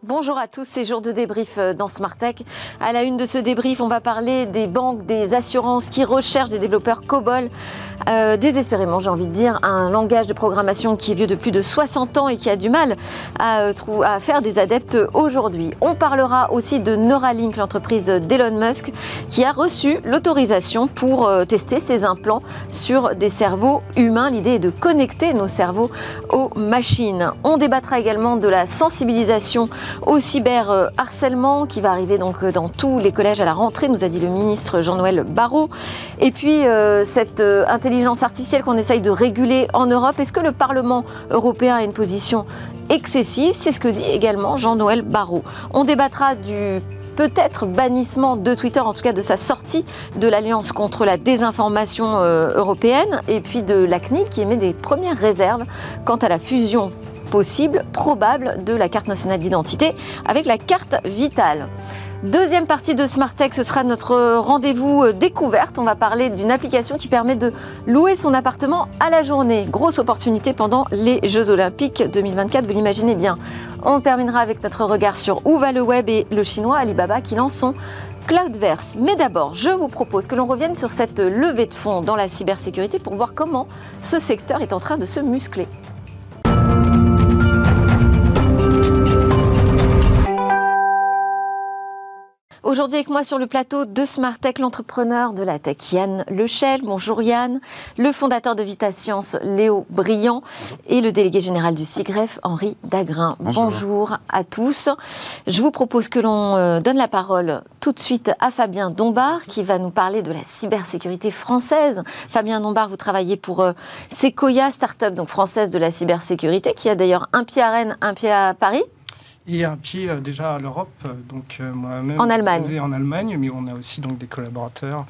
Bonjour à tous, c'est jour de débrief dans Smart Tech. À la une de ce débrief, on va parler des banques, des assurances qui recherchent des développeurs COBOL. Désespérément, j'ai envie de dire, un langage de programmation qui est vieux de plus de 60 ans et qui a du mal à faire des adeptes aujourd'hui. On parlera aussi de Neuralink, l'entreprise d'Elon Musk, qui a reçu l'autorisation pour tester ses implants sur des cerveaux humains. L'idée est de connecter nos cerveaux aux machines. On débattra également de la sensibilisation au cyberharcèlement qui va arriver donc dans tous les collèges à la rentrée, nous a dit le ministre Jean-Noël Barrot. Et puis cette intelligence artificielle qu'on essaye de réguler en Europe, est-ce que le Parlement européen a une position excessive? C'est ce que dit également Jean-Noël Barrot. On débattra du peut-être bannissement de Twitter, en tout cas de sa sortie de l'Alliance contre la désinformation européenne, et puis de la CNIL qui émet des premières réserves quant à la fusion possible, probable, de la carte nationale d'identité avec la carte vitale. Deuxième partie de Smart Tech, ce sera notre rendez-vous découverte. On va parler d'une application qui permet de louer son appartement à la journée. Grosse opportunité pendant les Jeux Olympiques 2024, vous l'imaginez bien. On terminera avec notre regard sur où va le web et le chinois Alibaba qui lance son Cloudverse. Mais d'abord, je vous propose que l'on revienne sur cette levée de fonds dans la cybersécurité pour voir comment ce secteur est en train de se muscler. Aujourd'hui avec moi sur le plateau de Smart Tech, l'entrepreneur de la tech Yann Lechel. Bonjour Yann. Le fondateur de VitaScience Léo Briand et le délégué général du SIGREF Henri Dagrin. Bonjour à tous. Je vous propose que l'on donne la parole tout de suite à Fabien Dombard qui va nous parler de la cybersécurité française. Fabien Dombard, vous travaillez pour Sequoia, start-up donc française de la cybersécurité qui a d'ailleurs un pied à Rennes, un pied à Paris. Et un pied déjà à l'Europe, donc moi-même en Allemagne. Basé en Allemagne, mais on a aussi donc des collaborateurs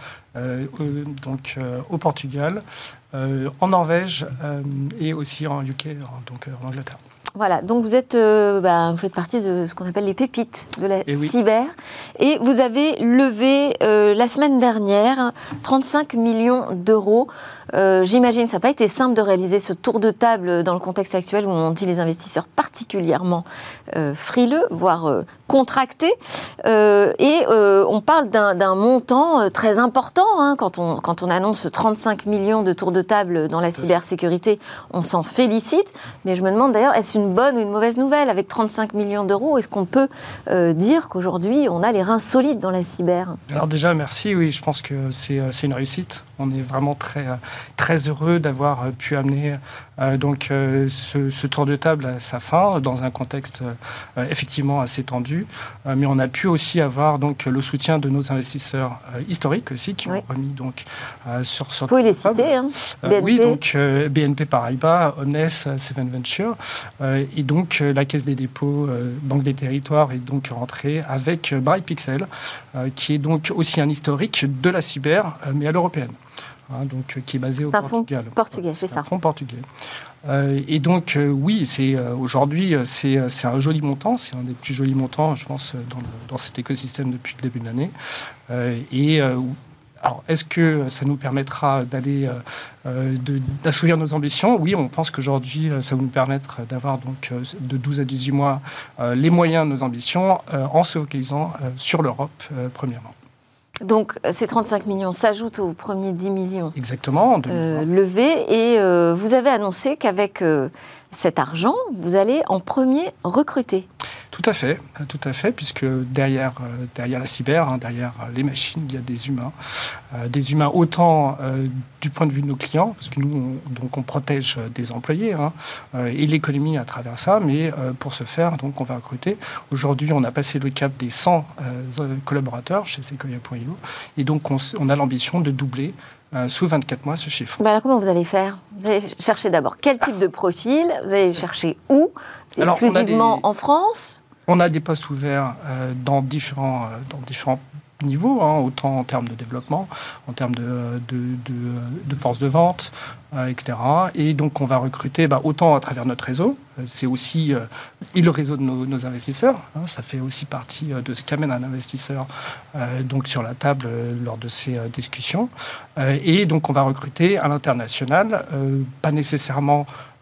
au Portugal, en Norvège et aussi en UK, donc en Angleterre. Voilà, donc vous faites partie de ce qu'on appelle les pépites de la cyber. Et vous avez levé la semaine dernière 35 millions d'euros. J'imagine que ça n'a pas été simple de réaliser ce tour de table dans le contexte actuel où on dit les investisseurs particulièrement frileux, voire contractés. On parle d'un montant très important. Quand on annonce 35 millions de tours de table dans la cybersécurité, on s'en félicite. Mais je me demande d'ailleurs, est-ce une bonne ou une mauvaise nouvelle avec 35 millions d'euros? Est-ce qu'on peut dire qu'aujourd'hui, on a les reins solides dans la cyber? Alors déjà, merci. Oui, je pense que c'est une réussite. On est vraiment très heureux d'avoir pu amener ce tour de table à sa fin dans un contexte effectivement assez tendu. Mais on a pu aussi avoir donc le soutien de nos investisseurs historiques aussi qui ont remis donc sur vous pouvez les citer, hein, BNP. Oui, donc BNP Paribas, Omnes, Seven Ventures et donc la Caisse des dépôts, Banque des Territoires est donc rentrée avec Brightpixel qui est donc aussi un historique de la cyber mais à l'européenne. Donc, qui est basé au Portugal. C'est un fonds portugais. Et donc, oui, aujourd'hui, c'est un joli montant. C'est un des plus jolis montants, je pense, dans cet écosystème depuis le début de l'année. Alors, est-ce que ça nous permettra d'assouvir nos ambitions? Oui, on pense qu'aujourd'hui, ça va nous permettre d'avoir donc de 12 à 18 mois les moyens de nos ambitions en se focalisant sur l'Europe, premièrement. Donc, ces 35 millions s'ajoutent aux premiers 10 millions exactement, levés. Et vous avez annoncé qu'avec cet argent, vous allez en premier recruter. Tout à fait, puisque derrière la cyber, derrière les machines, il y a des humains autant du point de vue de nos clients, parce que nous, on protège des employés et l'économie à travers ça, mais pour ce faire, donc, on va recruter. Aujourd'hui, on a passé le cap des 100 collaborateurs chez Sequoia.io, et donc on a l'ambition de doubler sous 24 mois ce chiffre. Alors comment vous allez faire? Vous allez chercher d'abord quel type de profil? Vous allez chercher où? Exclusivement en France? On a des postes ouverts dans différents niveaux, autant en termes de développement, en termes de force de vente, etc. Et donc, on va recruter autant à travers notre réseau. C'est aussi le réseau de nos investisseurs. Ça fait aussi partie de ce qu'amène un investisseur donc sur la table lors de ces discussions. Et donc, on va recruter à l'international, pas nécessairement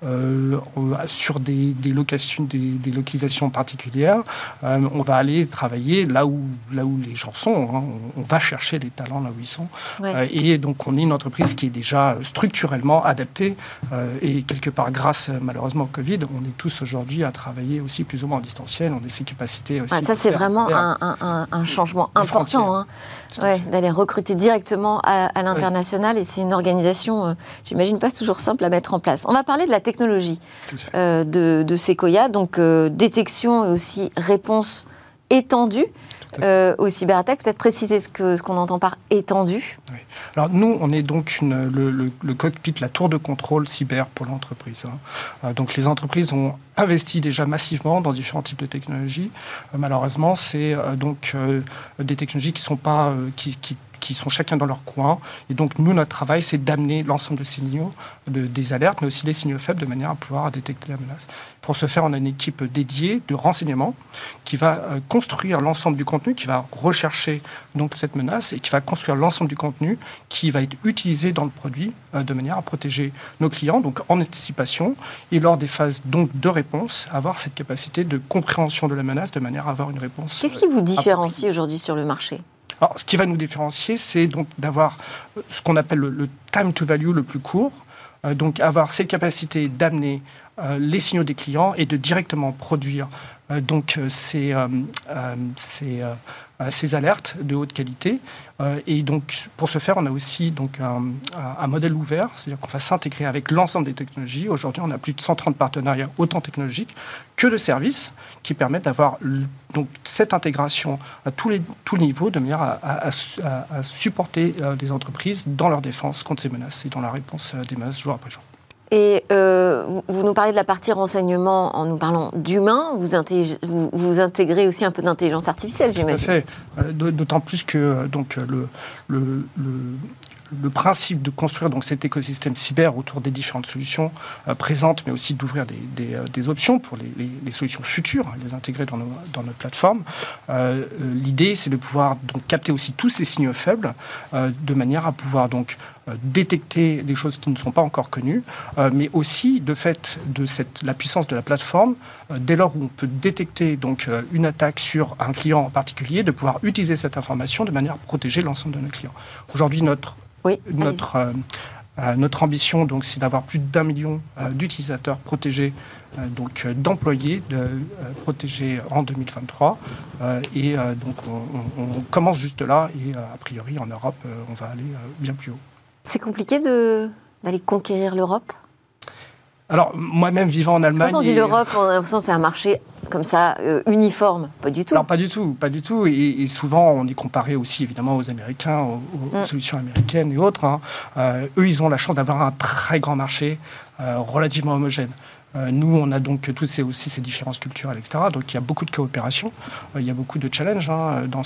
sur des localisations particulières. On va aller travailler là où les gens sont. Hein. On va chercher les talents là où ils sont. Ouais. Et donc, on est une entreprise qui est déjà structurellement adaptée. Et quelque part, grâce malheureusement au Covid, on est tous aujourd'hui à travailler aussi plus ou moins en distanciel. On a ces capacités aussi. Ça, c'est vraiment un changement important. Hein. Ouais, d'aller recruter directement à l'international. Et c'est une organisation, j'imagine, pas toujours simple à mettre en place. On va parler de la technologie de Sequoia. Donc, détection et aussi réponse étendue aux cyberattaques. Peut-être préciser ce qu'on entend par étendue. Oui. Alors nous, on est donc le cockpit, la tour de contrôle cyber pour l'entreprise. Hein. Donc les entreprises ont investi déjà massivement dans différents types de technologies. Malheureusement, c'est donc des technologies qui sont pas qui sont chacun dans leur coin. Et donc, nous, notre travail, c'est d'amener l'ensemble de ces signaux, des alertes, mais aussi des signaux faibles, de manière à pouvoir détecter la menace. Pour ce faire, on a une équipe dédiée de renseignement qui va construire l'ensemble du contenu, qui va rechercher donc cette menace et qui va construire l'ensemble du contenu qui va être utilisé dans le produit de manière à protéger nos clients, donc en anticipation et lors des phases donc de réponse, avoir cette capacité de compréhension de la menace de manière à avoir une réponse. Qu'est-ce qui vous différencie aujourd'hui sur le marché ? Alors, ce qui va nous différencier, c'est donc d'avoir ce qu'on appelle le time to value le plus court, donc avoir cette capacité d'amener les signaux des clients et de directement produire donc ces alertes de haute qualité. Et donc, pour ce faire, on a aussi donc un modèle ouvert, c'est-à-dire qu'on va s'intégrer avec l'ensemble des technologies. Aujourd'hui, on a plus de 130 partenariats, autant technologiques que de services, qui permettent d'avoir donc cette intégration à tous les niveaux, de manière à supporter les entreprises dans leur défense contre ces menaces et dans la réponse des menaces jour après jour. Et vous nous parlez de la partie renseignement en nous parlant d'humains. Vous intégrez aussi un peu d'intelligence artificielle, j'imagine. Tout à fait. D'autant plus que donc, le principe de construire donc, cet écosystème cyber autour des différentes solutions présentes, mais aussi d'ouvrir des options pour les solutions futures, les intégrer dans nos plateformes. L'idée, c'est de pouvoir donc, capter aussi tous ces signaux faibles de manière à pouvoir donc, détecter des choses qui ne sont pas encore connues, mais aussi de fait de la puissance de la plateforme, dès lors où on peut détecter donc, une attaque sur un client en particulier, de pouvoir utiliser cette information de manière à protéger l'ensemble de nos clients. Aujourd'hui, notre ambition, donc, c'est d'avoir plus d'1 million d'utilisateurs protégés, donc d'employés protégés en 2023. Donc, on commence juste là et a priori, en Europe, on va aller bien plus haut. C'est compliqué d'aller conquérir l'Europe ? Alors, moi-même, vivant en Allemagne... Quand on dit l'Europe, on a l'impression que c'est un marché comme ça, uniforme. Pas du tout. Non, pas du tout. Et souvent, on est comparé aussi, évidemment, aux Américains, aux solutions américaines et autres. Hein. Eux, ils ont la chance d'avoir un très grand marché relativement homogène. Nous, on a donc aussi ces différences culturelles, etc. Donc, il y a beaucoup de coopération, il y a beaucoup de challenges dans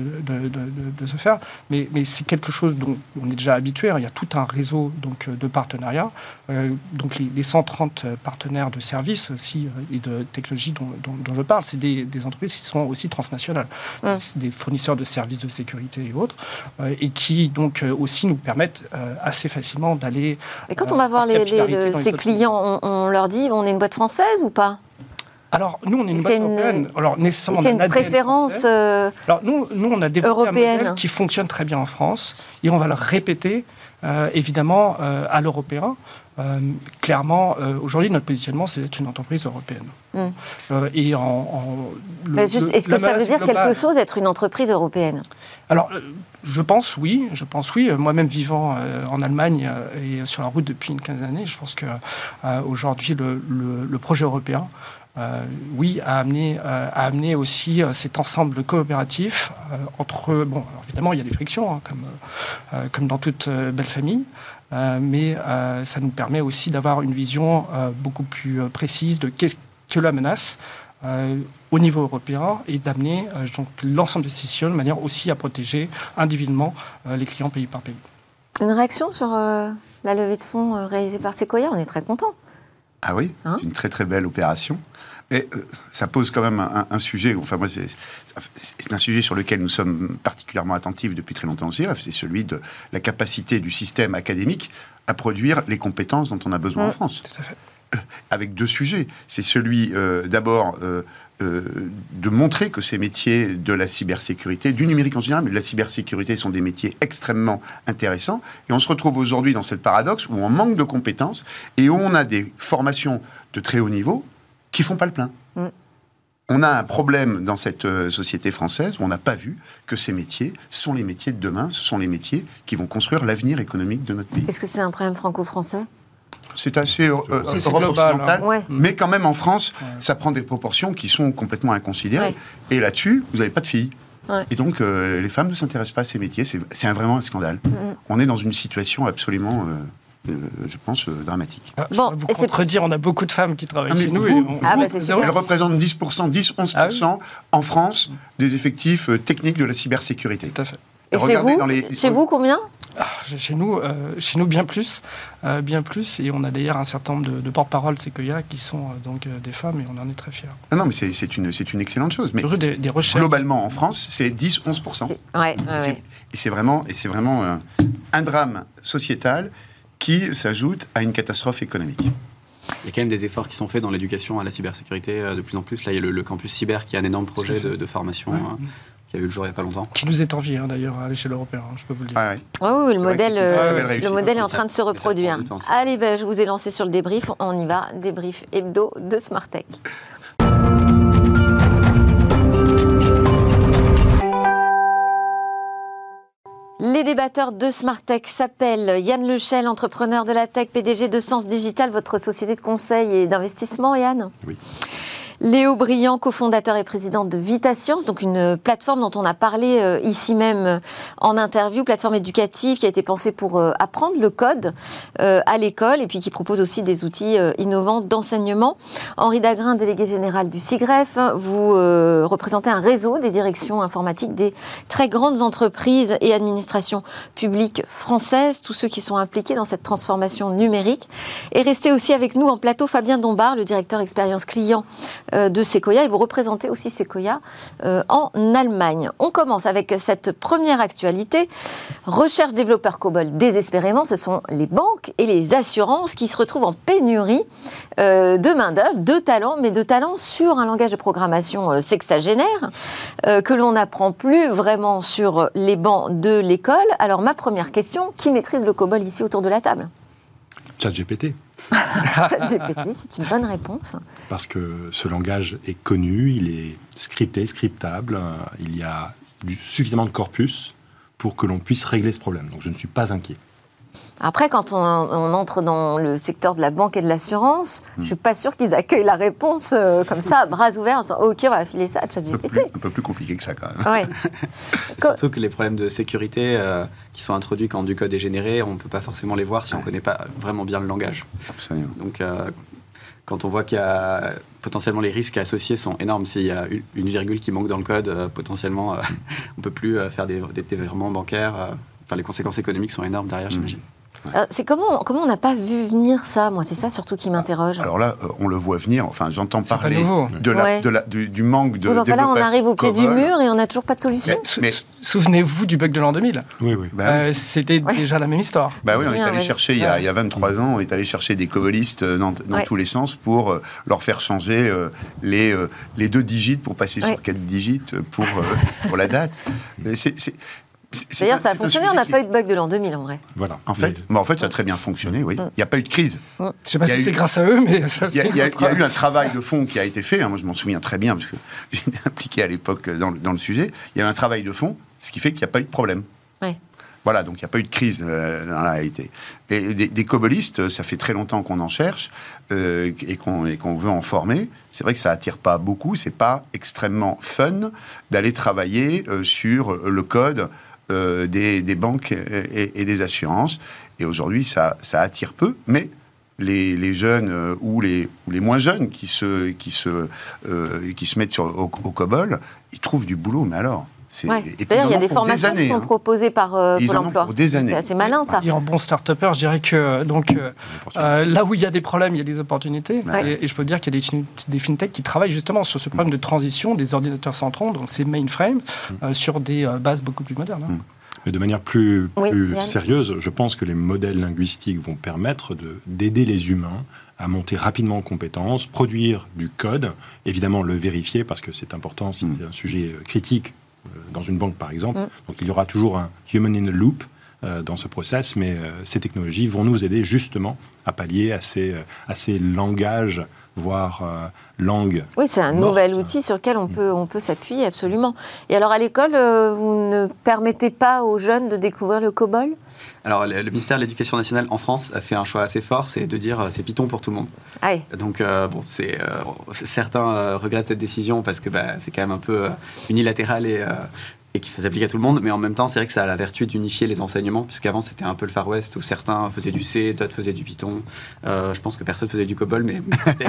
de se faire. Mais c'est quelque chose dont on est déjà habitué. Il y a tout un réseau donc, de partenariats. Donc, les 130 partenaires de services aussi et de technologies dont je parle, c'est des entreprises qui sont aussi transnationales. Des fournisseurs de services de sécurité et autres, et qui donc aussi nous permettent assez facilement d'aller... Et quand on va voir ces clients, on leur dit on est une boîte française ou pas ? Alors, nous, on est une boîte européenne. Alors, nécessairement, c'est une préférence Alors, nous, on a développé européenne. Un modèle qui fonctionne très bien en France et on va le répéter, évidemment, à l'européen. Clairement, aujourd'hui, notre positionnement, c'est d'être une entreprise européenne. Et est-ce que ça veut dire quelque chose d'être une entreprise européenne ? Alors, je pense oui. Moi-même vivant en Allemagne et sur la route depuis une quinzaine d'années, je pense qu'aujourd'hui, le projet européen, a amené aussi cet ensemble coopératif entre... Bon, alors évidemment, il y a des frictions, hein, comme dans toute belle famille, mais ça nous permet aussi d'avoir une vision beaucoup plus précise de qu'est-ce que la menace au niveau européen et d'amener donc, l'ensemble de ces solutions de manière aussi à protéger individuellement les clients pays par pays. Une réaction sur la levée de fonds réalisée par Sequoia ? On est très contents. Ah oui, c'est une très très belle opération. Mais ça pose quand même un sujet, enfin moi c'est un sujet sur lequel nous sommes particulièrement attentifs depuis très longtemps aussi, c'est celui de la capacité du système académique à produire les compétences dont on a besoin en France. Tout à fait. avec deux sujets. C'est celui, d'abord, de montrer que ces métiers de la cybersécurité, du numérique en général, mais de la cybersécurité, sont des métiers extrêmement intéressants. Et on se retrouve aujourd'hui dans cette paradoxe où on manque de compétences et où on a des formations de très haut niveau qui font pas le plein. On a un problème dans cette société française où on n'a pas vu que ces métiers sont les métiers de demain, ce sont les métiers qui vont construire l'avenir économique de notre pays. Est-ce que c'est un problème franco-français ? C'est assez Europe global, occidentale, hein. Ouais. mais quand même en France, ça prend des proportions qui sont complètement inconsidérées. Ouais. Et là-dessus, vous n'avez pas de filles. Ouais. Et donc, les femmes ne s'intéressent pas à ces métiers. C'est vraiment un scandale. On est dans une situation absolument... je pense, dramatique. Bon, vous contredire, on a beaucoup de femmes qui travaillent chez nous. Elles représentent 10-11% en France des effectifs techniques de la cybersécurité. Tout à fait. Et chez vous, combien ? Chez nous, bien plus. Et on a d'ailleurs un certain nombre de porte-parole Sequoia qui sont donc des femmes et on en est très fiers. Non, mais c'est une excellente chose. Mais des recherches. Globalement, en France, c'est 10-11%. Et c'est vraiment un drame sociétal qui s'ajoute à une catastrophe économique. Il y a quand même des efforts qui sont faits dans l'éducation à la cybersécurité de plus en plus. Là, il y a le campus cyber qui est un énorme projet de formation qui a eu le jour il n'y a pas longtemps. Qui nous est envié d'ailleurs à l'échelle européenne, je peux vous le dire. Oui, le modèle est en train de se reproduire. Allez, je vous ai lancé sur le débrief. On y va. Débrief hebdo de Smartech. Les débatteurs de Smartech s'appellent Yann Lechel, entrepreneur de la tech, PDG de Sens Digital, votre société de conseil et d'investissement, Yann. Oui. Léo Briand, cofondateur et président de VitaScience, donc une plateforme dont on a parlé ici même en interview, plateforme éducative qui a été pensée pour apprendre le code à l'école et puis qui propose aussi des outils innovants d'enseignement. Henri Dagrin, délégué général du SIGREF, vous représentez un réseau des directions informatiques des très grandes entreprises et administrations publiques françaises, tous ceux qui sont impliqués dans cette transformation numérique. Et restez aussi avec nous en plateau Fabien Dombard, le directeur expérience client de Sequoia, et vous représentez aussi Sequoia en Allemagne. On commence avec cette première actualité. Recherche développeur COBOL désespérément, ce sont les banques et les assurances qui se retrouvent en pénurie de main-d'œuvre, de talents, mais de talents sur un langage de programmation sexagénaire que l'on n'apprend plus vraiment sur les bancs de l'école. Alors ma première question, qui maîtrise le COBOL ici autour de la table ? ChatGPT. ChatGPT, c'est une bonne réponse. Parce que ce langage est connu, il est scripté, scriptable, il y a suffisamment de corpus pour que l'on puisse régler ce problème. Donc je ne suis pas inquiet. Après, quand on entre dans le secteur de la banque et de l'assurance, je ne suis pas sûre qu'ils accueillent la réponse comme ça, à bras ouverts, en disant « Ok, on va filer ça à ChatGPT ». Un peu plus compliqué que ça, quand même. Ouais. Surtout que les problèmes de sécurité qui sont introduits quand du code est généré, on ne peut pas forcément les voir si on ne connaît pas vraiment bien le langage. Absolument. Donc, quand on voit qu'il y a potentiellement les risques associés sont énormes, s'il y a une virgule qui manque dans le code, potentiellement, on ne peut plus faire des virements bancaires. Les conséquences économiques sont énormes derrière, j'imagine. C'est comment on n'a pas vu venir ça, moi, c'est ça surtout qui m'interroge. Alors là, on le voit venir, enfin j'entends parler du manque de donc là, on arrive au pied du mur et on n'a toujours pas de solution. Mais souvenez-vous du bug de l'an 2000. Oui. C'était déjà la même histoire. On est allé chercher, il y a 23 ans, on est allé chercher des cobolistes dans tous les sens pour leur faire changer les 2 digits pour passer sur 4 digits pour la date. Mais D'ailleurs, ça a fonctionné, on n'a pas eu de bug de l'an 2000 en vrai. Voilà. En fait, ça a très bien fonctionné, oui. Il n'y a pas eu de crise. Je ne sais pas si c'est grâce à eux, mais ça il y a eu un travail de fond qui a été fait. Moi, je m'en souviens très bien, parce que j'étais impliqué à l'époque dans le sujet. Il y a eu un travail de fond, ce qui fait qu'il n'y a pas eu de problème. Ouais. Voilà, donc il n'y a pas eu de crise dans la réalité. Et des cobolistes, ça fait très longtemps qu'on en cherche et qu'on veut en former. C'est vrai que ça attire pas beaucoup. C'est pas extrêmement fun d'aller travailler sur le code des banques et des assurances. Et aujourd'hui, ça attire peu, mais les jeunes ou les moins jeunes qui se mettent au COBOL, ils trouvent du boulot, mais alors... D'ailleurs, il y a des formations qui sont proposées par Pôle emploi. C'est assez malin, ça. Et en bon start-upper, je dirais que là où il y a des problèmes, il y a des opportunités. Et je peux dire qu'il y a des fintechs qui travaillent justement sur ce problème de transition des ordinateurs centraux, donc ces mainframes, sur des bases beaucoup plus modernes. Mais de manière plus Yann. sérieuse, je pense que les modèles linguistiques vont permettre d'aider les humains à monter rapidement en compétences, produire du code, évidemment le vérifier parce que c'est important si c'est un sujet critique dans une banque par exemple. Donc il y aura toujours un human in the loop dans ce process, mais ces technologies vont nous aider justement à pallier à ces langages, voire langues. Oui, c'est un nouvel outil sur lequel on peut s'appuyer, absolument. Et alors, à l'école, vous ne permettez pas aux jeunes de découvrir le COBOL ? Alors, le ministère de l'Éducation nationale en France a fait un choix assez fort, c'est de dire c'est Python pour tout le monde. Ah oui. Donc, certains regrettent cette décision parce que c'est quand même un peu unilatéral et que ça s'applique à tout le monde, mais en même temps, c'est vrai que ça a la vertu d'unifier les enseignements, puisqu'avant, c'était un peu le Far West, où certains faisaient du C, d'autres faisaient du Python. Je pense que personne faisait du COBOL, mais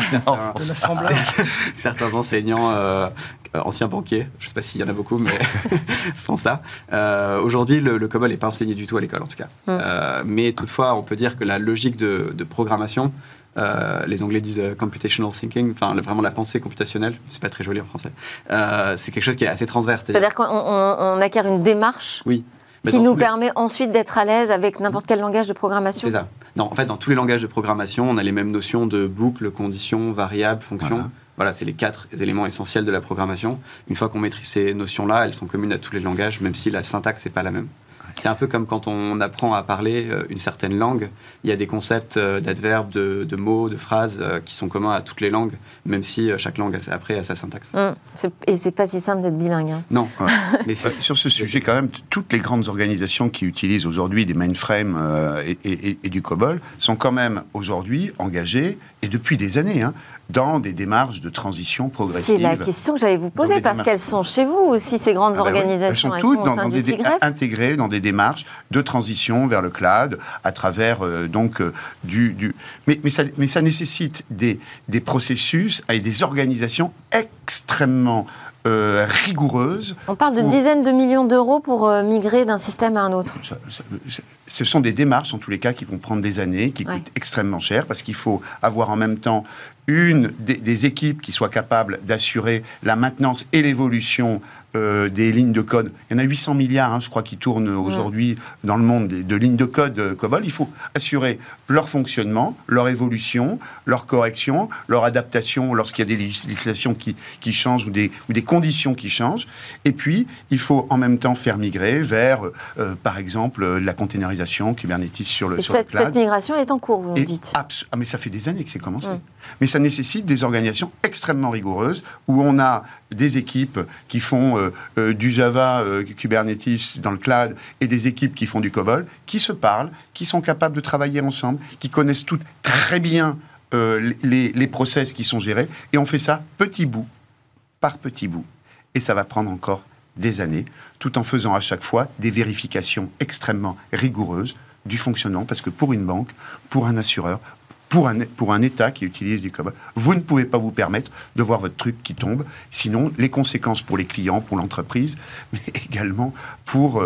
certains enseignants, anciens banquiers, je ne sais pas s'il y en a beaucoup, mais font ça. Aujourd'hui, le COBOL n'est pas enseigné du tout à l'école, en tout cas. Mais toutefois, on peut dire que la logique de programmation, les Anglais disent computational thinking, enfin vraiment la pensée computationnelle, c'est pas très joli en français. C'est quelque chose qui est assez transverse. C'est-à-dire qu'on acquiert une démarche qui nous permet ensuite d'être à l'aise avec n'importe quel langage de programmation. C'est ça. Non, en fait, dans tous les langages de programmation, on a les mêmes notions de boucle, condition, variable, fonction. Voilà, c'est les 4 éléments essentiels de la programmation. Une fois qu'on maîtrise ces notions-là, elles sont communes à tous les langages, même si la syntaxe n'est pas la même. C'est un peu comme quand on apprend à parler une certaine langue. Il y a des concepts d'adverbes, de mots, de phrases qui sont communs à toutes les langues, même si chaque langue après a sa syntaxe. Et c'est pas si simple d'être bilingue. Hein. Non. Mais sur ce sujet, quand même, toutes les grandes organisations qui utilisent aujourd'hui des mainframes et du COBOL sont quand même aujourd'hui engagées, et depuis des années, dans des démarches de transition progressive. C'est la question que j'allais vous poser, parce qu'elles sont chez vous aussi, ces grandes organisations. Elles sont toutes intégrées dans des démarches de transition vers le cloud, à travers Mais ça nécessite des processus et des organisations extrêmement rigoureuses. On parle de dizaines de millions d'euros pour migrer d'un système à un autre. Ce sont des démarches, en tous les cas, qui vont prendre des années, qui coûtent extrêmement cher, parce qu'il faut avoir en même temps des équipes qui soient capables d'assurer la maintenance et l'évolution des lignes de code. Il y en a 800 milliards, je crois, qui tournent aujourd'hui dans le monde de lignes de code COBOL. Il faut assurer leur fonctionnement, leur évolution, leur correction, leur adaptation lorsqu'il y a des législations qui changent ou des conditions qui changent. Et puis, il faut en même temps faire migrer vers, par exemple, la containerisation, Kubernetes sur le cloud. Cette migration est en cours, vous nous dites. Mais ça fait des années que c'est commencé. Mais ça nécessite des organisations extrêmement rigoureuses, où on a des équipes qui font du Java, Kubernetes dans le cloud, et des équipes qui font du COBOL, qui se parlent, qui sont capables de travailler ensemble, qui connaissent toutes très bien les process qui sont gérés, et on fait ça petit bout par petit bout. Et ça va prendre encore des années, tout en faisant à chaque fois des vérifications extrêmement rigoureuses du fonctionnement, parce que pour une banque, pour un assureur, pour un État qui utilise du COBOL, vous ne pouvez pas vous permettre de voir votre truc qui tombe. Sinon, les conséquences pour les clients, pour l'entreprise, mais également pour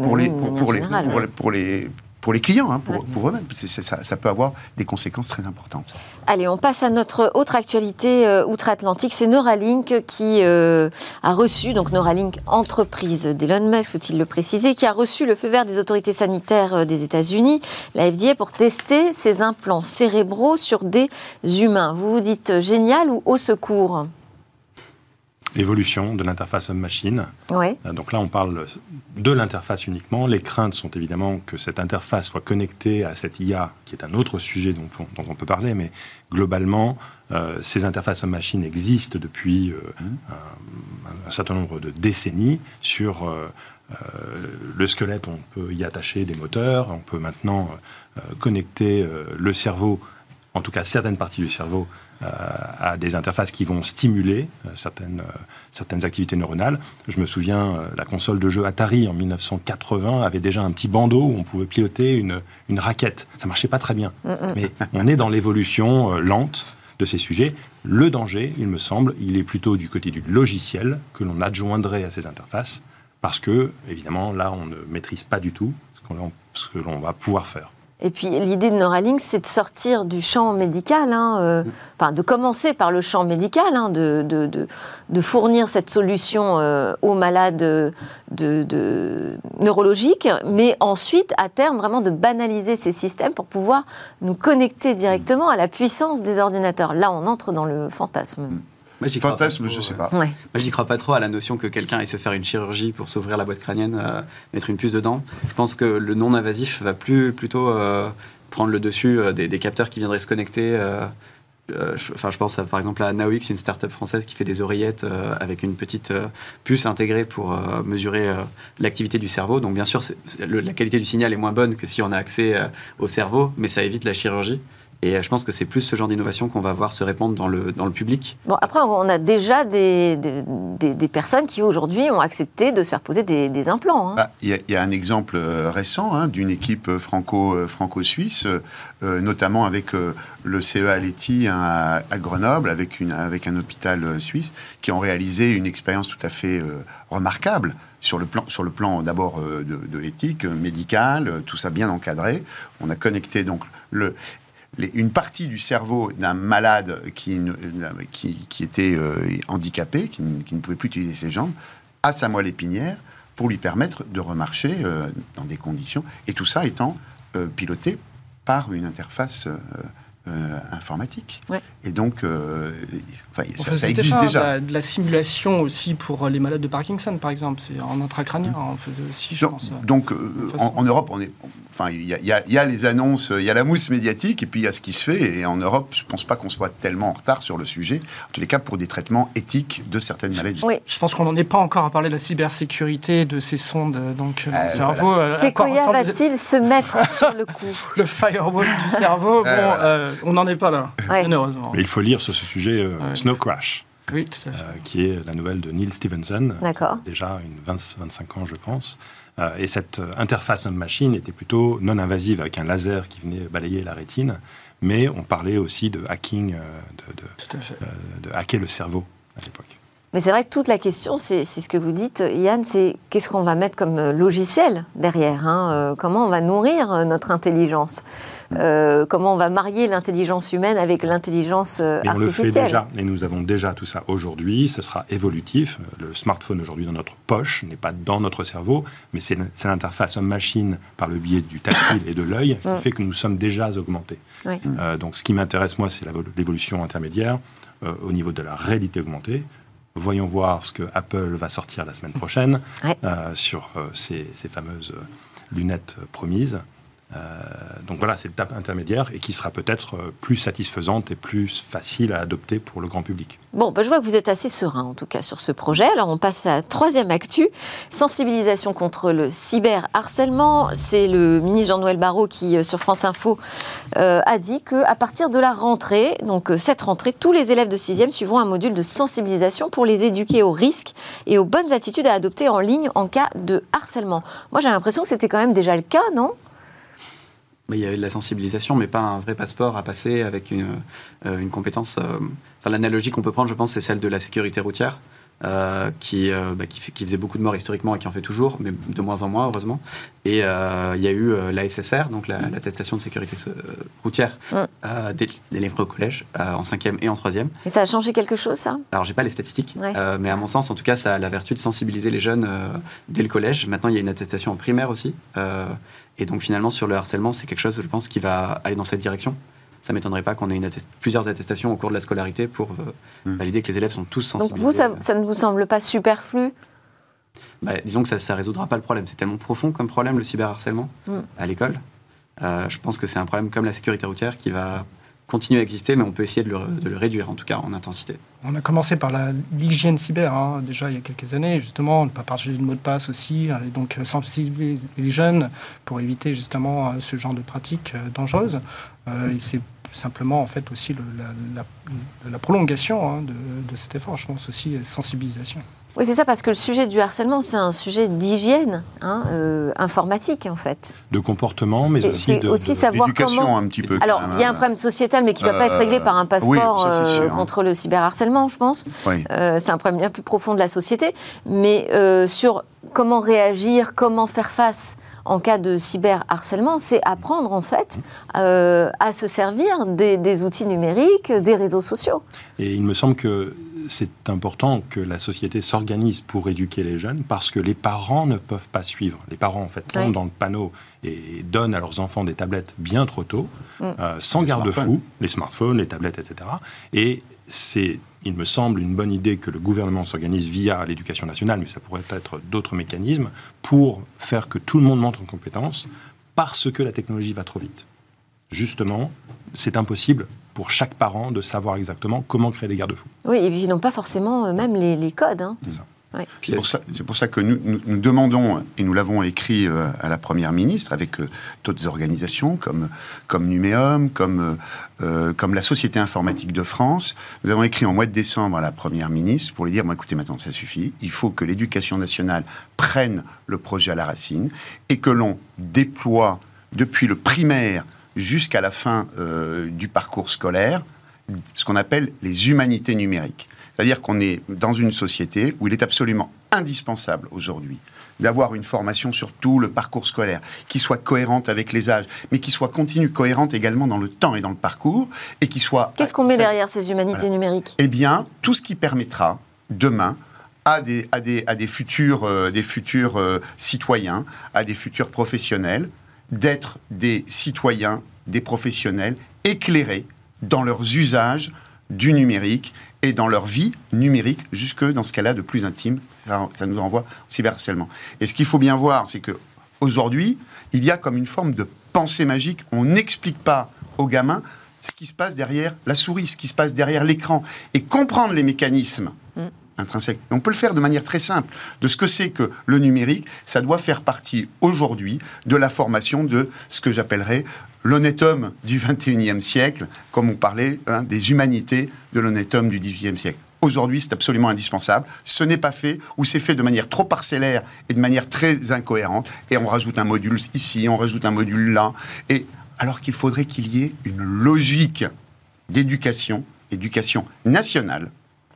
les clients, pour eux-mêmes. Ça peut avoir des conséquences très importantes. Allez, on passe à notre autre actualité outre-Atlantique. C'est Neuralink qui a reçu, donc Neuralink, entreprise d'Elon Musk, faut-il le préciser, qui a reçu le feu vert des autorités sanitaires des États-Unis, la FDA, pour tester ses implants cérébraux sur des humains. Vous vous dites génial ou au secours ? L'évolution de l'interface homme-machine. Ouais. Donc là, on parle de l'interface uniquement. Les craintes sont évidemment que cette interface soit connectée à cette IA, qui est un autre sujet dont on peut parler, mais globalement, ces interfaces homme-machine existent depuis un certain nombre de décennies. Sur le squelette, on peut y attacher des moteurs. On peut maintenant connecter le cerveau, en tout cas certaines parties du cerveau, à des interfaces qui vont stimuler certaines activités neuronales. Je me souviens, la console de jeu Atari en 1980 avait déjà un petit bandeau où on pouvait piloter une raquette. Ça marchait pas très bien. Mais on est dans l'évolution lente de ces sujets. Le danger, il me semble, il est plutôt du côté du logiciel que l'on adjoindrait à ces interfaces, parce que, évidemment, là, on ne maîtrise pas du tout ce que l'on va pouvoir faire. Et puis l'idée de Neuralink, c'est de sortir du champ médical, de commencer par le champ médical, de fournir cette solution aux malades neurologiques, mais ensuite, à terme, vraiment de banaliser ces systèmes pour pouvoir nous connecter directement à la puissance des ordinateurs. Là, on entre dans le fantasme. Fantasme, je ne sais pas. Ouais. Moi, j'y crois pas trop à la notion que quelqu'un aille se faire une chirurgie pour s'ouvrir la boîte crânienne, mettre une puce dedans. Je pense que le non-invasif va plutôt prendre le dessus des capteurs qui viendraient se connecter. Je pense par exemple à Nawix, une start-up française qui fait des oreillettes avec une petite puce intégrée pour mesurer l'activité du cerveau. Donc bien sûr, la qualité du signal est moins bonne que si on a accès au cerveau, mais ça évite la chirurgie. Et je pense que c'est plus ce genre d'innovation qu'on va voir se répandre dans le public. Bon, après, on a déjà des personnes qui, aujourd'hui, ont accepté de se faire poser des implants. Il y a un exemple récent d'une équipe franco-suisse, notamment avec le CEA Leti à Grenoble, avec un hôpital suisse, qui ont réalisé une expérience tout à fait remarquable sur le plan d'abord de l'éthique médicale, tout ça bien encadré. On a connecté donc une partie du cerveau d'un malade qui était handicapé, qui ne pouvait plus utiliser ses jambes, à sa moelle épinière pour lui permettre de remarcher dans des conditions. Et tout ça étant piloté par une interface informatique. Ouais. Et donc, ça existe déjà. De la simulation aussi pour les malades de Parkinson, par exemple. C'est en intracrânien, on faisait aussi, je pense. Donc, en Europe, il y a les annonces, il y a la mousse médiatique, et puis il y a ce qui se fait. Et en Europe, je ne pense pas qu'on soit tellement en retard sur le sujet. En tous les cas, pour des traitements éthiques de certaines maladies. Oui. Je pense qu'on n'en est pas encore à parler de la cybersécurité, de ces sondes dans le cerveau. Voilà. Sequoia va-t-il se mettre sur le coup? Le firewall du cerveau, on n'en est pas là, malheureusement. Mais il faut lire sur ce sujet Snow Crash, oui, tout à fait. qui est la nouvelle de Neil Stephenson, déjà 25 ans, je pense. Et cette interface homme-machine était plutôt non-invasive, avec un laser qui venait balayer la rétine, mais on parlait aussi de hacking, de hacker le cerveau à l'époque. Mais c'est vrai que toute la question, c'est ce que vous dites, Yann, c'est qu'est-ce qu'on va mettre comme logiciel derrière, comment on va nourrir notre intelligence, comment on va marier l'intelligence humaine avec l'intelligence artificielle. On le fait déjà, et nous avons déjà tout ça aujourd'hui, ce sera évolutif. Le smartphone aujourd'hui dans notre poche n'est pas dans notre cerveau, mais c'est l'interface homme-machine par le biais du tactile et de l'œil qui fait que nous sommes déjà augmentés. Oui. Donc ce qui m'intéresse, moi, c'est l'évolution intermédiaire au niveau de la réalité augmentée. Voyons voir ce que Apple va sortir la semaine prochaine sur ces fameuses lunettes promises. Donc voilà, c'est l'étape intermédiaire et qui sera peut-être plus satisfaisante et plus facile à adopter pour le grand public. Bon, je vois que vous êtes assez serein en tout cas sur ce projet. Alors on passe à la troisième actu, sensibilisation contre le cyberharcèlement. C'est le ministre Jean-Noël Barrot qui, sur France Info, a dit qu'à partir de la rentrée, donc cette rentrée, tous les élèves de 6e suivront un module de sensibilisation pour les éduquer aux risques et aux bonnes attitudes à adopter en ligne en cas de harcèlement. Moi j'ai l'impression que c'était quand même déjà le cas, non ? Il y avait de la sensibilisation, mais pas un vrai passeport à passer avec une compétence. L'analogie qu'on peut prendre, je pense, c'est celle de la sécurité routière, qui faisait beaucoup de morts historiquement et qui en fait toujours, mais de moins en moins, heureusement. Et il y a eu l'ASSR, donc l'attestation de sécurité routière, délivrée au collège, en 5e et en 3e. Et ça a changé quelque chose, ça ? Alors, j'ai pas les statistiques, mais à mon sens, en tout cas, ça a la vertu de sensibiliser les jeunes dès le collège. Maintenant, il y a une attestation en primaire aussi. Et donc finalement, sur le harcèlement, c'est quelque chose, je pense, qui va aller dans cette direction. Ça ne m'étonnerait pas qu'on ait plusieurs attestations au cours de la scolarité pour valider que les élèves sont tous sensibilisés. Donc vous, ça ne vous semble pas superflu ? Disons que ça ne résoudra pas le problème. C'est tellement profond comme problème, le cyberharcèlement, à l'école. Je pense que c'est un problème comme la sécurité routière qui va continuer à exister, mais on peut essayer de le réduire, en tout cas, en intensité. On a commencé par l'hygiène cyber, déjà il y a quelques années, justement, ne pas partager de mots de passe aussi, et donc sensibiliser les jeunes pour éviter justement ce genre de pratiques dangereuses. Et c'est simplement, en fait, aussi la prolongation de cet effort, je pense aussi, sensibilisation. Oui, c'est ça, parce que le sujet du harcèlement, c'est un sujet d'hygiène informatique, en fait. De comportement, mais c'est aussi savoir d'éducation comment... un petit peu. Alors, il y a un problème sociétal, mais qui ne va pas être réglé par un passeport contre le cyberharcèlement, je pense. Oui. C'est un problème bien plus profond de la société. Mais sur comment réagir, comment faire face en cas de cyberharcèlement, c'est apprendre, en fait, à se servir des outils numériques, des réseaux sociaux. Et il me semble que c'est important que la société s'organise pour éduquer les jeunes, parce que les parents ne peuvent pas suivre. Les parents, en fait, tombent dans le panneau et donnent à leurs enfants des tablettes bien trop tôt, sans garde-fou, les smartphones, les tablettes, etc. Et c'est, il me semble, une bonne idée que le gouvernement s'organise via l'éducation nationale, mais ça pourrait être d'autres mécanismes, pour faire que tout le monde monte en compétences, parce que la technologie va trop vite. Justement, c'est impossible pour chaque parent de savoir exactement comment créer des garde-fous. Oui, et puis ils n'ont pas forcément même les codes. Hein. C'est ça. Ouais. C'est pour ça que nous demandons, et nous l'avons écrit à la Première ministre, avec d'autres organisations comme Numéum, comme la Société informatique de France. Nous avons écrit en mois de décembre à la Première ministre pour lui dire, écoutez, maintenant ça suffit, il faut que l'Éducation nationale prenne le projet à la racine et que l'on déploie depuis le primaire jusqu'à la fin du parcours scolaire, ce qu'on appelle les humanités numériques. C'est-à-dire qu'on est dans une société où il est absolument indispensable aujourd'hui d'avoir une formation sur tout le parcours scolaire, qui soit cohérente avec les âges, mais qui soit continue, cohérente également dans le temps et dans le parcours, et qui soit... Qu'est-ce qu'on met derrière ces humanités numériques ? Eh bien, tout ce qui permettra, demain, à des futurs citoyens, à des futurs professionnels, d'être des citoyens, des professionnels éclairés dans leurs usages du numérique et dans leur vie numérique, jusque dans ce cas-là de plus intime. Ça nous renvoie au cyberharcèlement. Et ce qu'il faut bien voir, c'est qu'aujourd'hui, il y a comme une forme de pensée magique. On n'explique pas aux gamins ce qui se passe derrière la souris, ce qui se passe derrière l'écran. Et comprendre les mécanismes intrinsèques. On peut le faire de manière très simple. De ce que c'est que le numérique, ça doit faire partie aujourd'hui de la formation de ce que j'appellerais l'honnête homme du XXIe siècle, comme on parlait des humanités de l'honnête homme du XVIIIe siècle. Aujourd'hui, c'est absolument indispensable. Ce n'est pas fait, ou c'est fait de manière trop parcellaire et de manière très incohérente. Et on rajoute un module ici, on rajoute un module là. Et alors qu'il faudrait qu'il y ait une logique d'éducation nationale,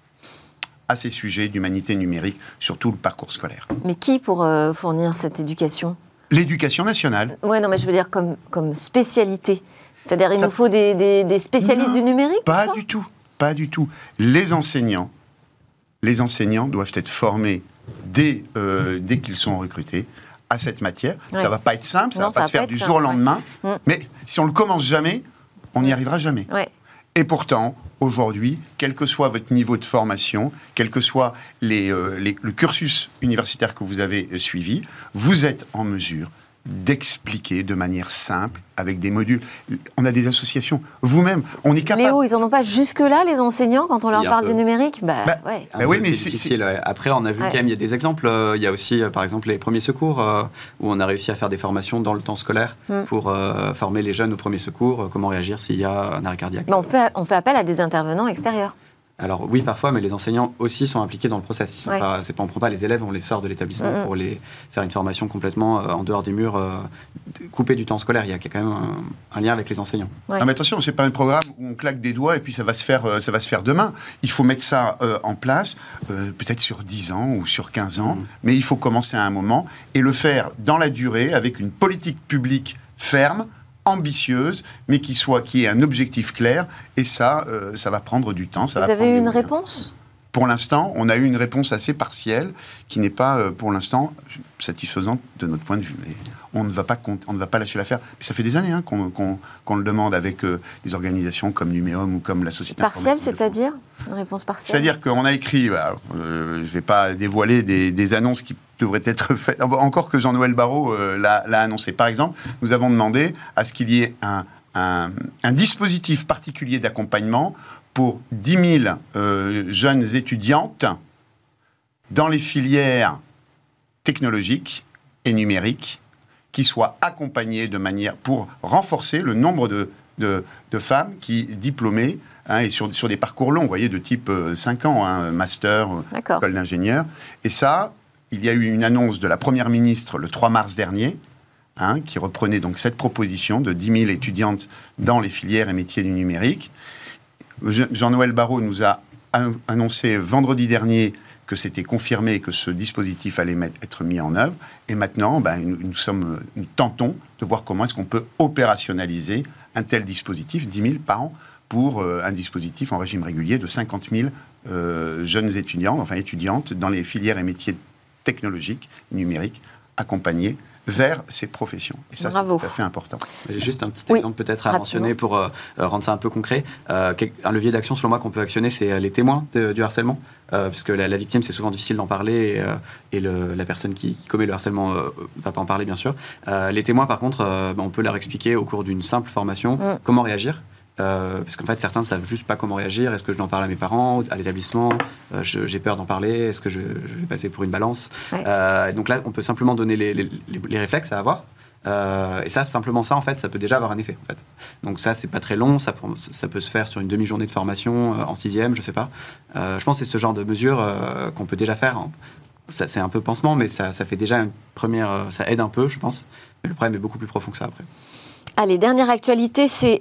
à ces sujets d'humanité numérique sur tout le parcours scolaire. Mais qui pour fournir cette éducation ? L'éducation nationale. Oui, non, mais je veux dire comme spécialité. C'est-à-dire, il nous faut des spécialistes du numérique ? Pas du tout, pas du tout. Les enseignants doivent être formés dès qu'ils sont recrutés à cette matière. Ouais. Ça ne va pas être simple, ça ne va pas se faire du jour au lendemain. Ouais. Mais si on ne le commence jamais, on n'y arrivera jamais. Ouais. Et pourtant, aujourd'hui, quel que soit votre niveau de formation, quel que soit le cursus universitaire que vous avez suivi, vous êtes en mesure d'expliquer de manière simple, avec des modules. On a des associations. Vous-même, on est capable... Léo, ils n'en ont pas jusque-là, les enseignants, quand on leur parle du numérique ? Oui, mais c'est difficile. Après, on a vu quand même, il y a des exemples. Il y a aussi, par exemple, les premiers secours, où on a réussi à faire des formations dans le temps scolaire pour former les jeunes aux premiers secours, comment réagir s'il y a un arrêt cardiaque. Mais on fait appel à des intervenants extérieurs. Alors oui, parfois, mais les enseignants aussi sont impliqués dans le process. On ne prend pas les élèves, on les sort de l'établissement pour les faire une formation complètement en dehors des murs, coupée du temps scolaire. Il y a quand même un lien avec les enseignants. Ouais. Ah, mais attention, c'est pas un programme où on claque des doigts et puis ça va se faire demain. Il faut mettre ça en place, peut-être sur 10 ans ou sur 15 ans, mais il faut commencer à un moment et le faire dans la durée avec une politique publique ferme, ambitieuse, mais qui ait un objectif clair, et ça va prendre du temps. Vous avez eu une réponse ? Pour l'instant, on a eu une réponse assez partielle, qui n'est pas, pour l'instant, satisfaisante de notre point de vue. Mais on ne va pas lâcher l'affaire. Mais ça fait des années qu'on le demande avec des organisations comme Numéum ou comme la Société Partielle, c'est-à-dire ? Une réponse partielle ? C'est-à-dire qu'on a écrit, je ne vais pas dévoiler des annonces qui devraient être faites, encore que Jean-Noël Barrot l'a annoncé. Par exemple, nous avons demandé à ce qu'il y ait un dispositif particulier d'accompagnement pour 10 000 jeunes étudiantes dans les filières technologiques et numériques qui soient accompagnées de manière pour renforcer le nombre de femmes diplômées, et sur des parcours longs, vous voyez, de type 5 ans, master, école d'ingénieur. Et ça, il y a eu une annonce de la Première ministre le 3 mars dernier, qui reprenait donc cette proposition de 10 000 étudiantes dans les filières et métiers du numérique. Jean-Noël Barrot nous a annoncé vendredi dernier que c'était confirmé que ce dispositif allait être mis en œuvre. Et maintenant, nous tentons de voir comment est-ce qu'on peut opérationnaliser un tel dispositif, 10 000 par an, pour un dispositif en régime régulier de 50 000 jeunes étudiantes dans les filières et métiers technologiques, numériques, accompagnés vers ces professions. Et ça, c'est tout à fait important. J'ai juste un petit exemple peut-être à mentionner pour rendre ça un peu concret. Un levier d'action, selon moi, qu'on peut actionner, c'est les témoins du harcèlement. Puisque la victime, c'est souvent difficile d'en parler et la personne qui commet le harcèlement ne va pas en parler, bien sûr. Les témoins, par contre, on peut leur expliquer au cours d'une simple formation comment réagir. Parce qu'en fait, certains ne savent juste pas comment réagir. Est-ce que je dois en parler à mes parents, à l'établissement? J'ai peur d'en parler. Est-ce que je vais passer pour une balance? Donc là, on peut simplement donner les réflexes à avoir. Et ça, simplement ça, en fait, ça peut déjà avoir un effet. En fait. Donc ça, c'est pas très long. Ça peut se faire sur une demi-journée de formation en 6e, je sais pas. Je pense que c'est ce genre de mesures qu'on peut déjà faire. Ça, c'est un peu pansement, mais ça fait déjà une première... ça aide un peu, je pense. Mais le problème est beaucoup plus profond que ça, après. Allez, dernière actualité, c'est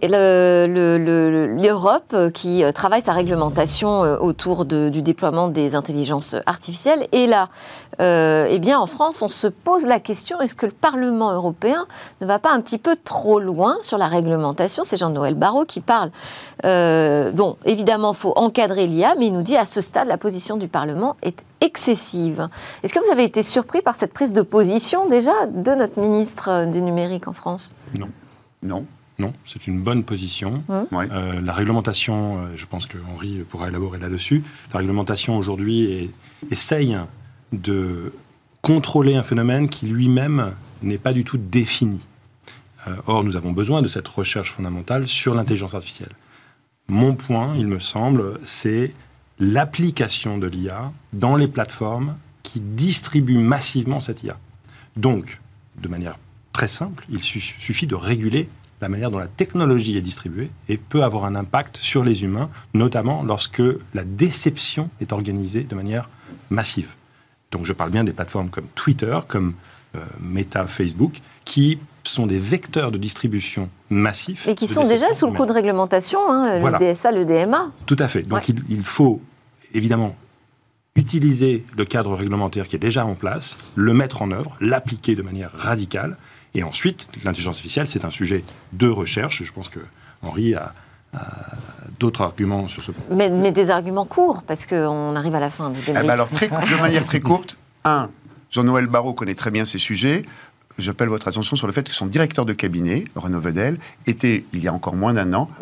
l'Europe qui travaille sa réglementation autour du déploiement des intelligences artificielles. Et là, en France, on se pose la question, est-ce que le Parlement européen ne va pas un petit peu trop loin sur la réglementation? C'est Jean-Noël Barrot qui parle. Évidemment, il faut encadrer l'IA, mais il nous dit à ce stade, la position du Parlement est excessive. Est-ce que vous avez été surpris par cette prise de position déjà de notre ministre du numérique en France? Non, c'est une bonne position. La réglementation, je pense que Henri pourra élaborer là-dessus, la réglementation aujourd'hui essaye de contrôler un phénomène qui lui-même n'est pas du tout défini. Or, nous avons besoin de cette recherche fondamentale sur l'intelligence artificielle. Mon point, il me semble, c'est l'application de l'IA dans les plateformes qui distribuent massivement cette IA. Donc, de manière très simple, il suffit de réguler la manière dont la technologie est distribuée et peut avoir un impact sur les humains, notamment lorsque la déception est organisée de manière massive. Donc je parle bien des plateformes comme Twitter, comme Meta, Facebook, qui sont des vecteurs de distribution massifs. Et qui sont déjà sous le coup de réglementation, le DSA, le DMA. Tout à fait. Donc il faut évidemment utiliser le cadre réglementaire qui est déjà en place, le mettre en œuvre, l'appliquer de manière radicale. Et ensuite, l'intelligence artificielle, c'est un sujet de recherche. Je pense que Henri a d'autres arguments sur ce point. Mais des arguments courts, parce qu'on arrive à la fin du débat. Alors, de manière très courte, Jean-Noël Barrot connaît très bien ces sujets. J'appelle votre attention sur le fait que son directeur de cabinet, Renaud Vedel, était, il y a encore moins d'1 an,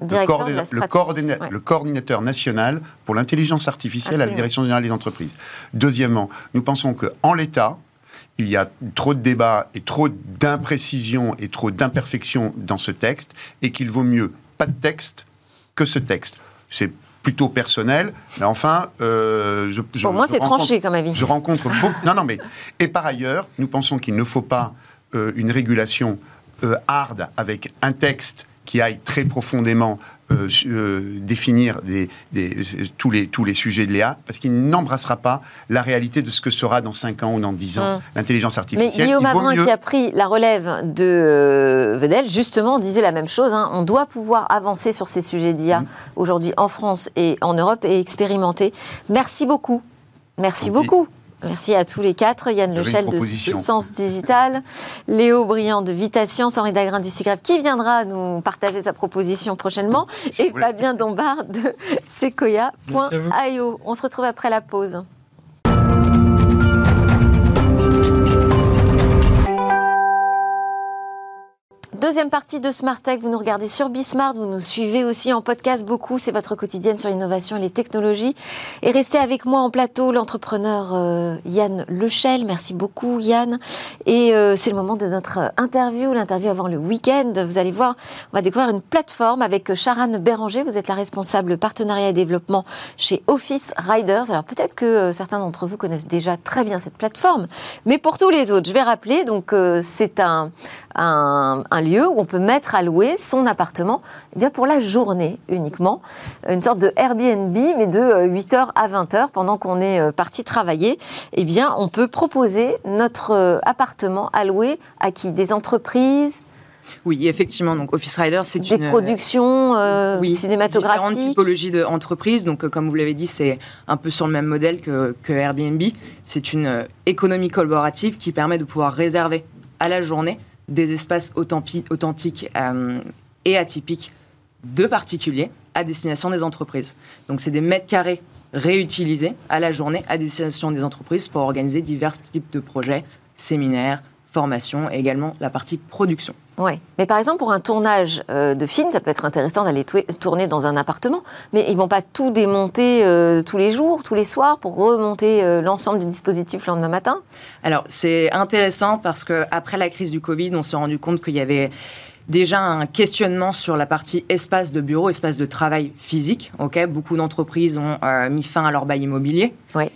le coordinateur national pour l'intelligence artificielle à la Direction générale des entreprises. Deuxièmement, nous pensons qu'en l'état, il y a trop de débats et trop d'imprécisions et trop d'imperfections dans ce texte, et qu'il vaut mieux pas de texte que ce texte. C'est plutôt personnel, mais enfin... Pour moi, c'est tranché comme avis. Je rencontre beaucoup... Non, mais... Et par ailleurs, nous pensons qu'il ne faut pas une régulation hard avec un texte qui aille très profondément définir tous les sujets de l'IA, parce qu'il n'embrassera pas la réalité de ce que sera dans 5 ans ou dans 10 ans l'intelligence artificielle. Mais Guillaume Avrin, qui a pris la relève de Vedel, justement, disait la même chose. On doit pouvoir avancer sur ces sujets d'IA aujourd'hui en France et en Europe et expérimenter. Merci beaucoup. Merci beaucoup. Merci à tous les 4, Yann Lechel de Sens Digital, Léo Briand de Vita Science, Henri Dagrin du SIGREF qui viendra nous partager sa proposition prochainement, et Fabien Dombard de Sequoia.io. On se retrouve après la pause. Deuxième partie de Smart Tech, vous nous regardez sur Bismart, vous nous suivez aussi en podcast beaucoup, c'est votre quotidienne sur l'innovation et les technologies. Et restez avec moi en plateau, l'entrepreneur Yann Lechel. Merci beaucoup Yann. Et c'est le moment de notre interview, l'interview avant le week-end. Vous allez voir, on va découvrir une plateforme avec Sharan Béranger. Vous êtes la responsable partenariat et développement chez Office Riders. Alors peut-être que certains d'entre vous connaissent déjà très bien cette plateforme, mais pour tous les autres, je vais rappeler, donc c'est un lieu où on peut mettre à louer son appartement pour la journée uniquement. Une sorte de Airbnb, mais de 8h à 20h, pendant qu'on est parti travailler. On peut proposer notre appartement à louer à qui ? Des entreprises ? Oui, effectivement. Donc, Office Rider, c'est des productions cinématographiques. Différentes typologies d'entreprises. Donc, comme vous l'avez dit, c'est un peu sur le même modèle que Airbnb. C'est une économie collaborative qui permet de pouvoir réserver à la journée des espaces authentiques et atypiques de particuliers à destination des entreprises. Donc, c'est des mètres carrés réutilisés à la journée à destination des entreprises pour organiser divers types de projets, séminaires, formations et également la partie production. Oui, mais par exemple, pour un tournage de film, ça peut être intéressant d'aller tourner dans un appartement, mais ils ne vont pas tout démonter tous les jours, tous les soirs, pour remonter l'ensemble du dispositif le lendemain matin ? Alors, c'est intéressant parce qu'après la crise du Covid, on s'est rendu compte qu'il y avait déjà un questionnement sur la partie espace de bureau, espace de travail physique. Beaucoup d'entreprises ont mis fin à leur bail immobilier,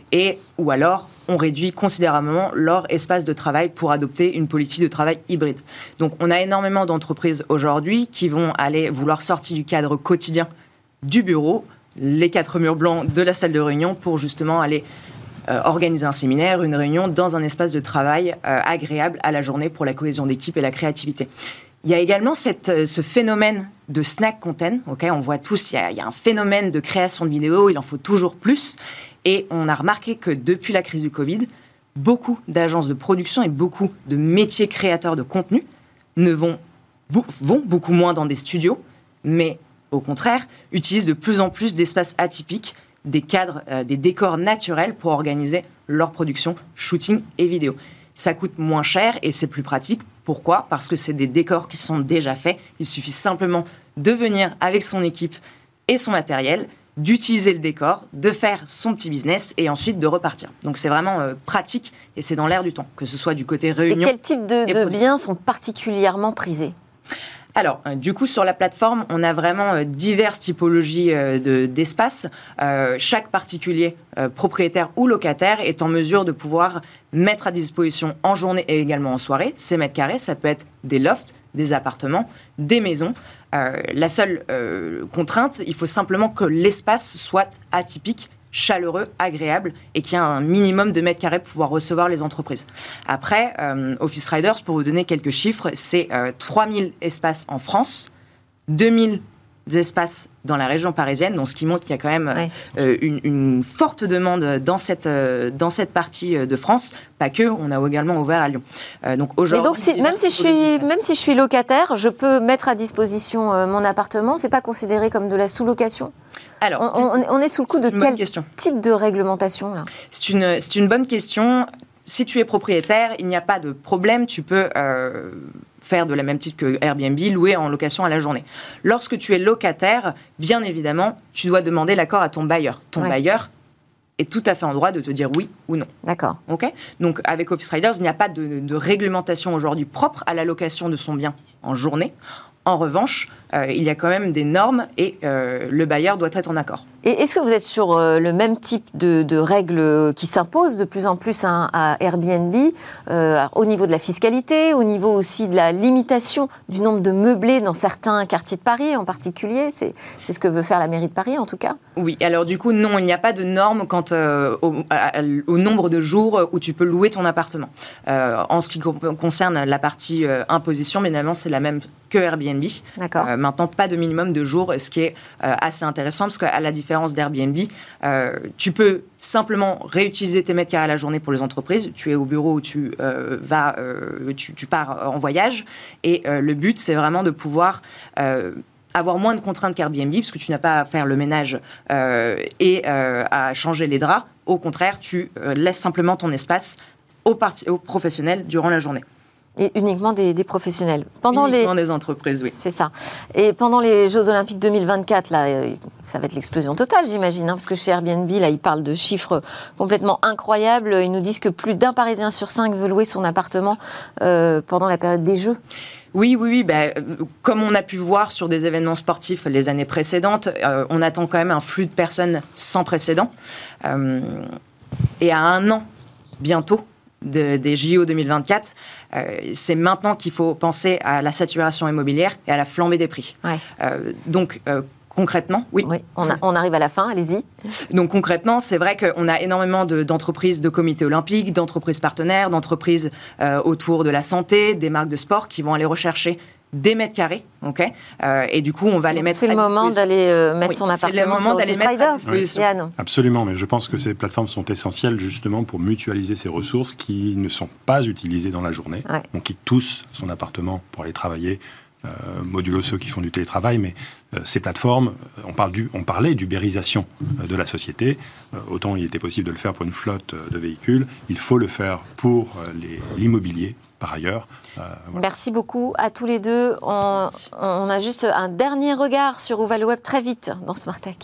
ou alors ont réduit considérablement leur espace de travail pour adopter une politique de travail hybride. Donc, on a énormément d'entreprises aujourd'hui qui vont aller vouloir sortir du cadre quotidien du bureau, les 4 murs blancs de la salle de réunion, pour justement aller organiser un séminaire, une réunion dans un espace de travail agréable à la journée pour la cohésion d'équipe et la créativité. Il y a également ce phénomène de snack content. On voit tous, il y a un phénomène de création de vidéos, il en faut toujours plus. Et on a remarqué que depuis la crise du Covid, beaucoup d'agences de production et beaucoup de métiers créateurs de contenu vont beaucoup moins dans des studios, mais au contraire, utilisent de plus en plus d'espaces atypiques, des cadres, des décors naturels pour organiser leur production, shooting et vidéo. Ça coûte moins cher et c'est plus pratique. Pourquoi ? Parce que c'est des décors qui sont déjà faits. Il suffit simplement de venir avec son équipe et son matériel, d'utiliser le décor, de faire son petit business et ensuite de repartir. Donc c'est vraiment pratique et c'est dans l'air du temps, que ce soit du côté réunion. Et quel type de biens sont particulièrement prisés ? Alors, du coup, sur la plateforme, on a vraiment diverses typologies d'espaces. Chaque particulier, propriétaire ou locataire, est en mesure de pouvoir mettre à disposition en journée et également en soirée ces mètres carrés. Ça peut être des lofts, des appartements, des maisons. La seule contrainte, il faut simplement que l'espace soit atypique, chaleureux, agréable et qu'il y ait un minimum de mètres carrés pour pouvoir recevoir les entreprises. Après, Office Riders, pour vous donner quelques chiffres, c'est 3000 espaces en France, 2000 espaces dans la région parisienne, donc ce qui montre qu'il y a quand même une forte demande dans cette partie de France. Pas que, on a également ouvert à Lyon. Donc aujourd'hui, même si je suis locataire, je peux mettre à disposition mon appartement. C'est pas considéré comme de la sous-location ? Alors, on est sous le coup de quel type de réglementation là ? C'est une bonne question. Si tu es propriétaire, il n'y a pas de problème. Tu peux faire de la même type que Airbnb, louer en location à la journée. Lorsque tu es locataire, bien évidemment, tu dois demander l'accord à ton bailleur. Ton bailleur est tout à fait en droit de te dire oui ou non. D'accord. Donc, avec Office Riders, il n'y a pas de réglementation aujourd'hui propre à la location de son bien en journée. En revanche, il y a quand même des normes et le bailleur doit être en accord. Et est-ce que vous êtes sur le même type de règles qui s'imposent de plus en plus à Airbnb, au niveau de la fiscalité, au niveau aussi de la limitation du nombre de meublés dans certains quartiers de Paris en particulier ? C'est ce que veut faire la mairie de Paris en tout cas ? Oui, alors du coup, non, il n'y a pas de normes quant au nombre de jours où tu peux louer ton appartement. En ce qui concerne la partie imposition, bien évidemment, c'est la même que Airbnb. D'accord. Maintenant, pas de minimum de jours, ce qui est assez intéressant parce qu'à la différence d'Airbnb, tu peux simplement réutiliser tes mètres carrés à la journée pour les entreprises. Tu es au bureau où tu pars en voyage et le but, c'est vraiment de pouvoir avoir moins de contraintes qu'Airbnb parce que tu n'as pas à faire le ménage et à changer les draps. Au contraire, tu laisses simplement ton espace aux professionnels durant la journée. Et uniquement des professionnels. Uniquement des entreprises, oui. C'est ça. Et pendant les Jeux Olympiques 2024, là, ça va être l'explosion totale, j'imagine, parce que chez Airbnb, là, ils parlent de chiffres complètement incroyables. Ils nous disent que plus d'un Parisien sur 5 veut louer son appartement pendant la période des Jeux. Oui. Comme on a pu voir sur des événements sportifs les années précédentes, on attend quand même un flux de personnes sans précédent. Et à un an, bientôt, des JO 2024, c'est maintenant qu'il faut penser à la saturation immobilière et à la flambée des prix. Ouais. Donc, concrètement, oui. On arrive à la fin, allez-y. Donc concrètement, c'est vrai qu'on a énormément d'entreprises de comités olympiques, d'entreprises partenaires, d'entreprises autour de la santé, des marques de sport qui vont aller rechercher des mètres carrés, et du coup, on va les mettre à disposition. C'est le moment d'aller mettre son appartement sur Office Riders. Disposition. Absolument, mais je pense que ces plateformes sont essentielles justement pour mutualiser ces ressources qui ne sont pas utilisées dans la journée. Ouais. On quitte tous son appartement pour aller travailler, modulo ceux qui font du télétravail, mais ces plateformes, on parlait d'ubérisation de la société. Autant il était possible de le faire pour une flotte de véhicules, il faut le faire pour l'immobilier. Par ailleurs. Voilà. Merci beaucoup à tous les deux. On a juste un dernier regard sur où va le web très vite dans Smart Tech.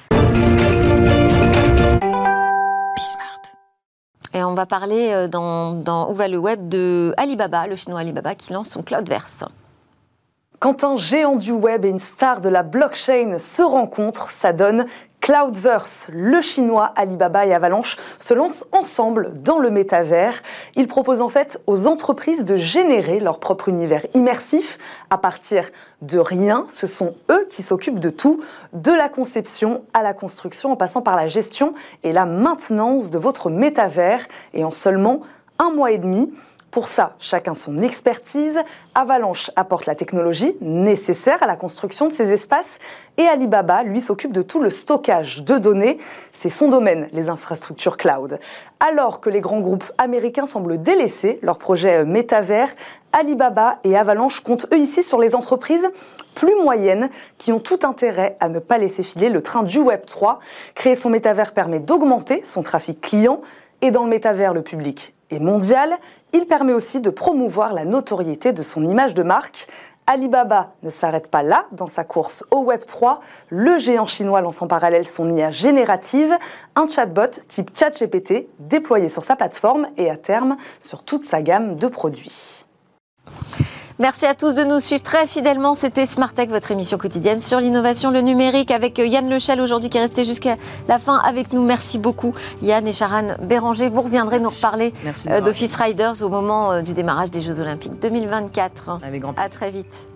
Et on va parler dans Où va le web de Alibaba, le chinois Alibaba qui lance son Cloudverse. Quand un géant du web et une star de la blockchain se rencontrent, ça donne Cloudverse. Le chinois Alibaba et Avalanche se lancent ensemble dans le métavers. Ils proposent en fait aux entreprises de générer leur propre univers immersif à partir de rien. Ce sont eux qui s'occupent de tout, de la conception à la construction, en passant par la gestion et la maintenance de votre métavers. Et en seulement 1 mois et demi, pour ça, chacun son expertise. Avalanche apporte la technologie nécessaire à la construction de ces espaces et Alibaba, lui, s'occupe de tout le stockage de données. C'est son domaine, les infrastructures cloud. Alors que les grands groupes américains semblent délaisser leur projet métavers, Alibaba et Avalanche comptent eux ici sur les entreprises plus moyennes qui ont tout intérêt à ne pas laisser filer le train du Web3. Créer son métavers permet d'augmenter son trafic client et dans le métavers, le public est mondial. Il permet aussi de promouvoir la notoriété de son image de marque. Alibaba ne s'arrête pas là dans sa course au Web3. Le géant chinois lance en parallèle son IA générative, un chatbot type ChatGPT déployé sur sa plateforme et à terme sur toute sa gamme de produits. Merci à tous de nous suivre très fidèlement. C'était Smart Tech, votre émission quotidienne sur l'innovation, le numérique, avec Yann Lechel aujourd'hui qui est resté jusqu'à la fin avec nous. Merci beaucoup Yann et Sharan Béranger. Vous reviendrez nous reparler d'Office Riders au moment du démarrage des Jeux Olympiques 2024. Avec grand plaisir. À très vite.